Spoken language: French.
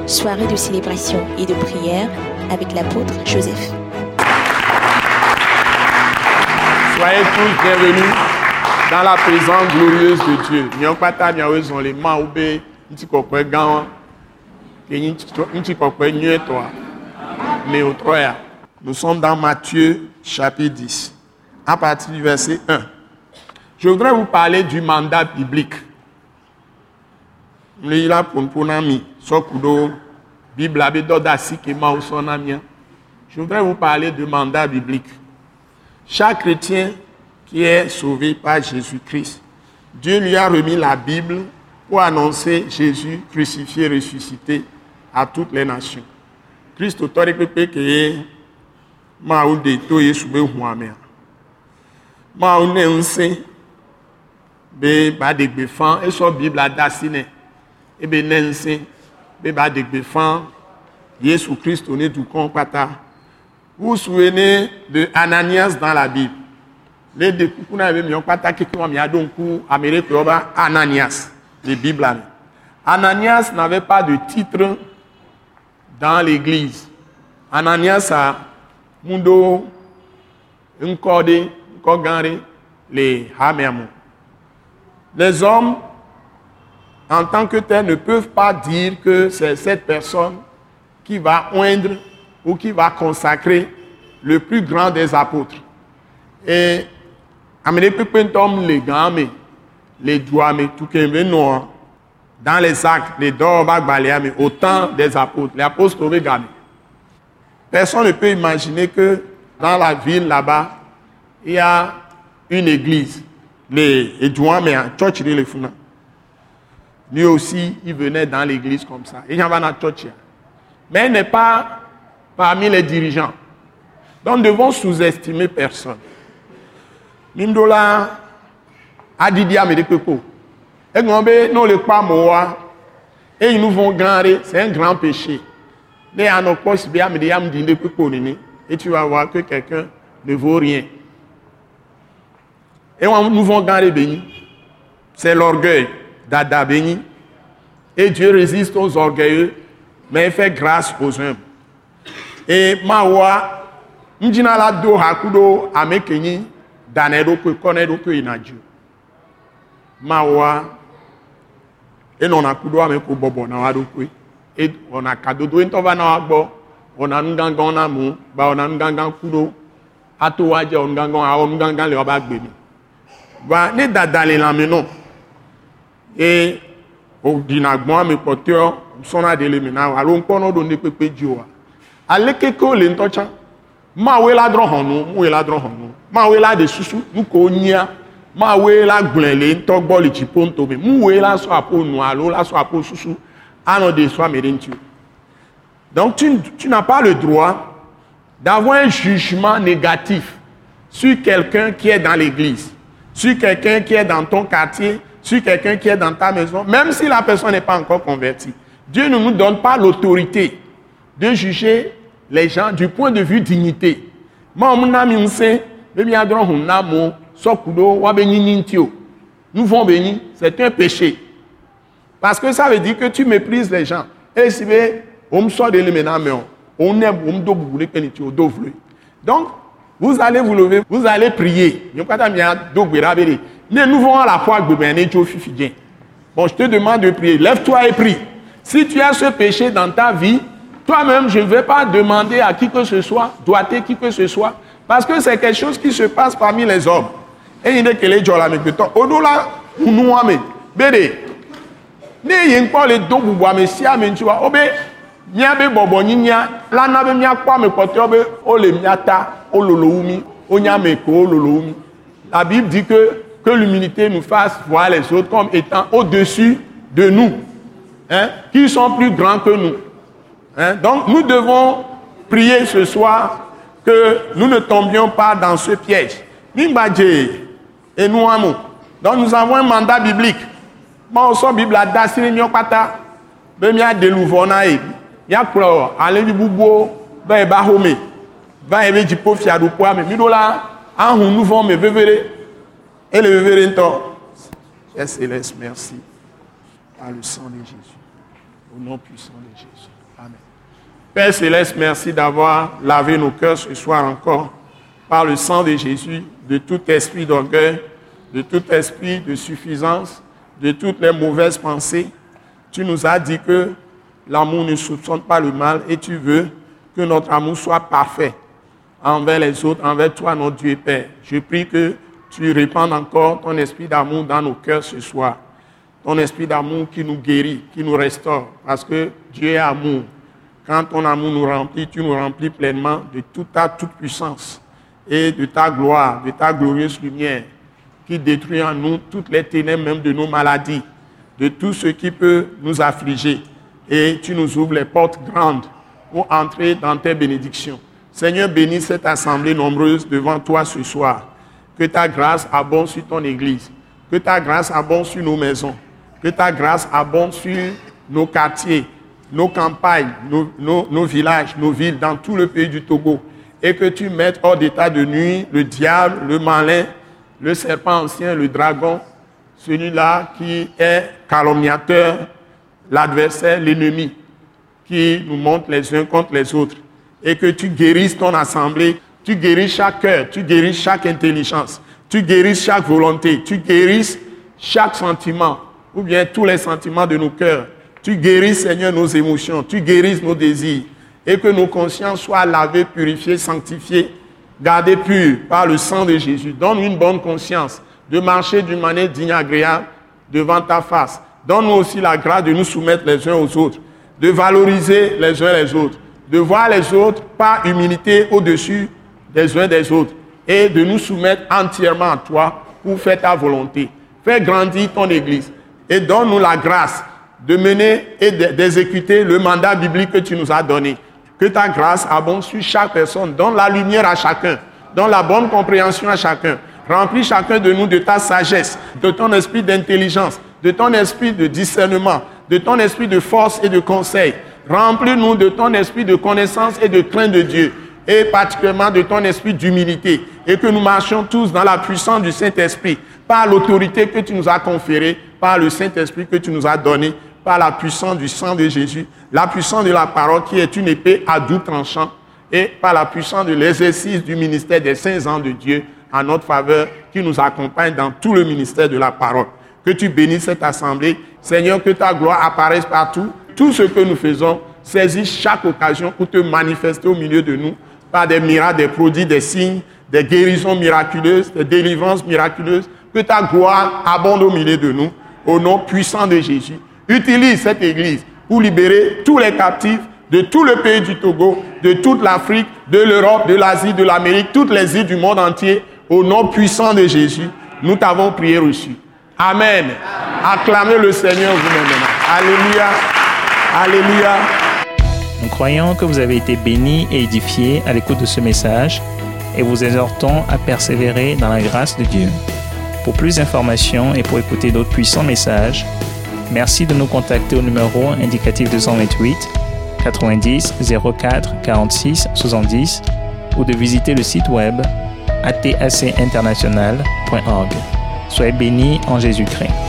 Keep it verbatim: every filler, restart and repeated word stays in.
soirée de célébration et de prière avec l'apôtre Joseph. Soyez tous bienvenus dans la présence glorieuse de Dieu. Nous avons les mains ouvertes, nous avons Nous sommes dans Matthieu chapitre dix, à partir du verset un. Je voudrais vous parler du mandat biblique. Je voudrais vous parler du mandat biblique. Chaque chrétien qui est sauvé par Jésus-Christ, Dieu lui a remis la Bible pour annoncer Jésus crucifié, ressuscité à toutes les nations. Christ autorité que ma ou de to Yesu be huame. Ma ou ne unse be ba de gbe fan e so Bible adasine e be ne unse be ba de gbe fan Yesu Christ on est du compata. Vous vous souvenez de Ananias dans la Bible? Les deux coups n'avaient mis en pata qui ont mis à donc Amérique Ananias, les Bibles. Ananias n'avait pas de titre dans l'église. Ananias a mundo nkode nkogare les hamemo. Les hommes en tant que tels ne peuvent pas dire que c'est cette personne qui va oindre ou qui va consacrer le plus grand des apôtres. Et Amérique Pentom les gammes, les douames, tout qui est noir dans les actes, les dors bagbaléam, autant des apôtres, les apôtres gammes. Personne ne peut imaginer que dans la ville là-bas, il y a une église, les douames, mais un church de les funa. Lui aussi, il venait dans l'église comme ça. Il y avait un church. Mais il n'est pas parmi les dirigeants. Donc nous devons sous-estimer personne. Mindola Adidia Medekoko. Et nous avons le pas moa. Et nous vont gagner. C'est un grand péché. Et tu vas voir que quelqu'un ne vaut rien. Et nous vont gagner béni. C'est l'orgueil d'Ada béni. Et Dieu résiste aux orgueilleux, mais il fait grâce aux humbles. Et Mawa, Mjina la do hakudo amekeni danedo ko konedo ko inaju. Mawa eno na kudo ameko bobo na wado ko e ona kadodo ento va na agbo ona ngangan na mu ba ona ngangan kudo ato waje on ngangan a on ngangan le oba gbe mi. Ba ni dadale la mi no. E o dinagbon amepote sona de le mi na wa lo npono do ne pepe ji wa. Alekeko le ntocha ma we la dron honu mu we la dron honu ma we la de susu mu ko nya ma we la gblen le ntogbo le chiponto me mu we la so apo nu alo la so apo susu ano de so amerintu. Donc tu, tu n'as pas le droit d'avoir un jugement négatif sur quelqu'un qui est dans l'église, sur quelqu'un qui est dans ton quartier, sur quelqu'un qui est dans ta maison, même si la personne n'est pas encore convertie. Dieu ne nous donne pas l'autorité de juger les gens du point de vue dignité. Nous vont bénir, c'est un péché. Parce que ça veut dire que tu méprises les gens. Et si on sort de l'éménament, on aime, on doit vous donc, vous allez vous lever, vous allez prier. Mais nous vont à la fois bon, je te demande de prier. Lève-toi et prie. Si tu as ce péché dans ta vie, toi-même, je ne vais pas demander à qui que ce soit, doiter qui que ce soit, parce que c'est quelque chose qui se passe parmi les hommes. Et il n'est que les gens là, mais au-delà, nous avons bédé. Ne yen pas les dons pour boire, mais si amen tu vois, obé, nya be bobo nya, la na be nya kwa me pote obé, o le miata, o loloumi, o nya me ko o loloumi. La Bible dit que que l'humilité nous fasse voir les autres comme étant au-dessus de nous, hein, qui sont plus grands que nous. Hein? Donc nous devons prier ce soir que nous ne tombions pas dans ce piège. Et nous avons. Donc nous avons un mandat biblique. Moi aussi, la Bible a dassi ni opata. Ben mia delouvona e. Ya kro ale di bubo ba e ba home. Ba e be di po fiado po ame. Mi do la an hun nous vont me vevere. Et le vevere nto. Père Céleste, merci. Par le sang de Jésus. Au nom puissant de Jésus. Amen. Père Céleste, merci d'avoir lavé nos cœurs ce soir encore par le sang de Jésus, de tout esprit d'orgueil, de tout esprit de suffisance, de toutes les mauvaises pensées. Tu nous as dit que l'amour ne soupçonne pas le mal et tu veux que notre amour soit parfait envers les autres, envers toi, notre Dieu et Père. Je prie que tu répandes encore ton esprit d'amour dans nos cœurs ce soir. Ton esprit d'amour qui nous guérit, qui nous restaure, parce que Dieu est amour. Quand ton amour nous remplit, tu nous remplis pleinement de toute ta toute puissance et de ta gloire, de ta glorieuse lumière qui détruit en nous toutes les ténèbres, même de nos maladies, de tout ce qui peut nous affliger. Et tu nous ouvres les portes grandes pour entrer dans tes bénédictions. Seigneur, bénis cette assemblée nombreuse devant toi ce soir. Que ta grâce abonde sur ton Église. Que ta grâce abonde sur nos maisons. Que ta grâce abonde sur nos quartiers, nos campagnes, nos, nos, nos villages, nos villes, dans tout le pays du Togo. Et que tu mettes hors d'état de nuit le diable, le malin, le serpent ancien, le dragon, celui-là qui est calomniateur, l'adversaire, l'ennemi, qui nous monte les uns contre les autres. Et que tu guérisses ton assemblée, tu guérisses chaque cœur, tu guérisses chaque intelligence, tu guérisses chaque volonté, tu guérisses chaque sentiment, ou bien tous les sentiments de nos cœurs. Tu guérisses, Seigneur, nos émotions, tu guérisses nos désirs, et que nos consciences soient lavées, purifiées, sanctifiées, gardées pures par le sang de Jésus. Donne-nous une bonne conscience de marcher d'une manière digne et agréable devant ta face. Donne-nous aussi la grâce de nous soumettre les uns aux autres, de valoriser les uns les autres, de voir les autres par humilité au-dessus des uns des autres et de nous soumettre entièrement à toi pour faire ta volonté. Fais grandir ton Église et donne-nous la grâce de mener et d'exécuter le mandat biblique que tu nous as donné. Que ta grâce abonde sur chaque personne. Donne la lumière à chacun. Donne la bonne compréhension à chacun. Remplis chacun de nous de ta sagesse, de ton esprit d'intelligence, de ton esprit de discernement, de ton esprit de force et de conseil. Remplis-nous de ton esprit de connaissance et de crainte de Dieu, et particulièrement de ton esprit d'humilité, et que nous marchions tous dans la puissance du Saint-Esprit, par l'autorité que tu nous as conférée, par le Saint-Esprit que tu nous as donné, par la puissance du sang de Jésus, la puissance de la parole qui est une épée à double tranchant, et par la puissance de l'exercice du ministère des saints ans de Dieu en notre faveur, qui nous accompagne dans tout le ministère de la parole. Que tu bénisses cette assemblée. Seigneur, que ta gloire apparaisse partout. Tout ce que nous faisons, saisis chaque occasion pour te manifester au milieu de nous par des miracles, des prodiges, des signes, des guérisons miraculeuses, des délivrances miraculeuses. Que ta gloire abonde au milieu de nous, au nom puissant de Jésus. Utilise cette Église pour libérer tous les captifs de tout le pays du Togo, de toute l'Afrique, de l'Europe, de l'Asie, de l'Amérique, toutes les îles du monde entier, au nom puissant de Jésus. Nous t'avons prié reçu. Amen. Amen. Acclamez le Seigneur vous-même. Alléluia. Alléluia. Nous croyons que vous avez été bénis et édifiés à l'écoute de ce message et vous exhortons à persévérer dans la grâce de Dieu. Pour plus d'informations et pour écouter d'autres puissants messages, merci de nous contacter au numéro indicatif deux cent vingt-huit quatre-vingt-dix zéro quatre quarante-six soixante-dix ou de visiter le site web a t a c international point org. Soyez bénis en Jésus-Christ.